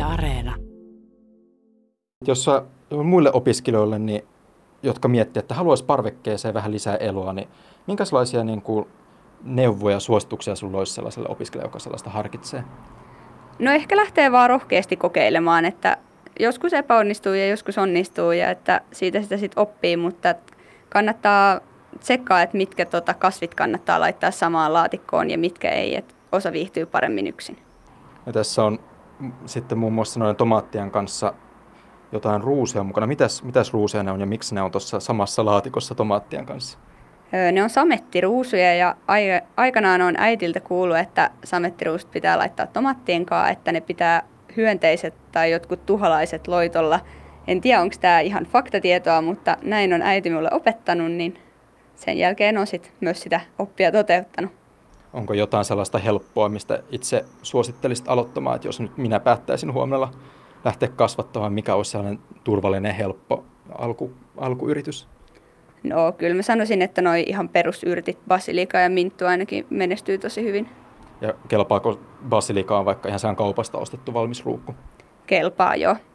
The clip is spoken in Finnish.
Yle Areena. Jos muille opiskelijoille, jotka miettivät, että haluaisi parvekkeeseen vähän lisää eloa, niin minkälaisia neuvoja ja suosituksia sinulla olisi sellaiselle opiskelijalle, joka sellaista harkitsee? No ehkä lähtee vaan rohkeasti kokeilemaan, että joskus epäonnistuu ja joskus onnistuu ja että siitä sitä sitten oppii, mutta kannattaa tsekkaa, että mitkä kasvit kannattaa laittaa samaan laatikkoon ja mitkä ei, että osa viihtyy paremmin yksin. Ja tässä on sitten muun muassa noiden tomaattien kanssa jotain ruusia mukana. Mitäs ruusia ne on ja miksi ne on tuossa samassa laatikossa tomaattien kanssa? Ne on samettiruusuja ja aikanaan on äitiltä kuullut, että samettiruusut pitää laittaa tomaattien kanssa, että ne pitää hyönteiset tai jotkut tuholaiset loitolla. En tiedä, onko tämä ihan faktatietoa, mutta näin on äiti minulle opettanut, niin sen jälkeen on myös sitä oppia toteuttanut. Onko jotain sellaista helppoa, mistä itse suosittelisit aloittamaan, että jos nyt minä päättäisin huomenna lähteä kasvattamaan, mikä olisi sellainen turvallinen, helppo alkuyritys? No kyllä mä sanoisin, että noi ihan perusyrtit, basilika ja minttu ainakin menestyy tosi hyvin. Ja kelpaako basilikaan vaikka ihan sehän kaupasta ostettu valmis ruukku? Kelpaa joo.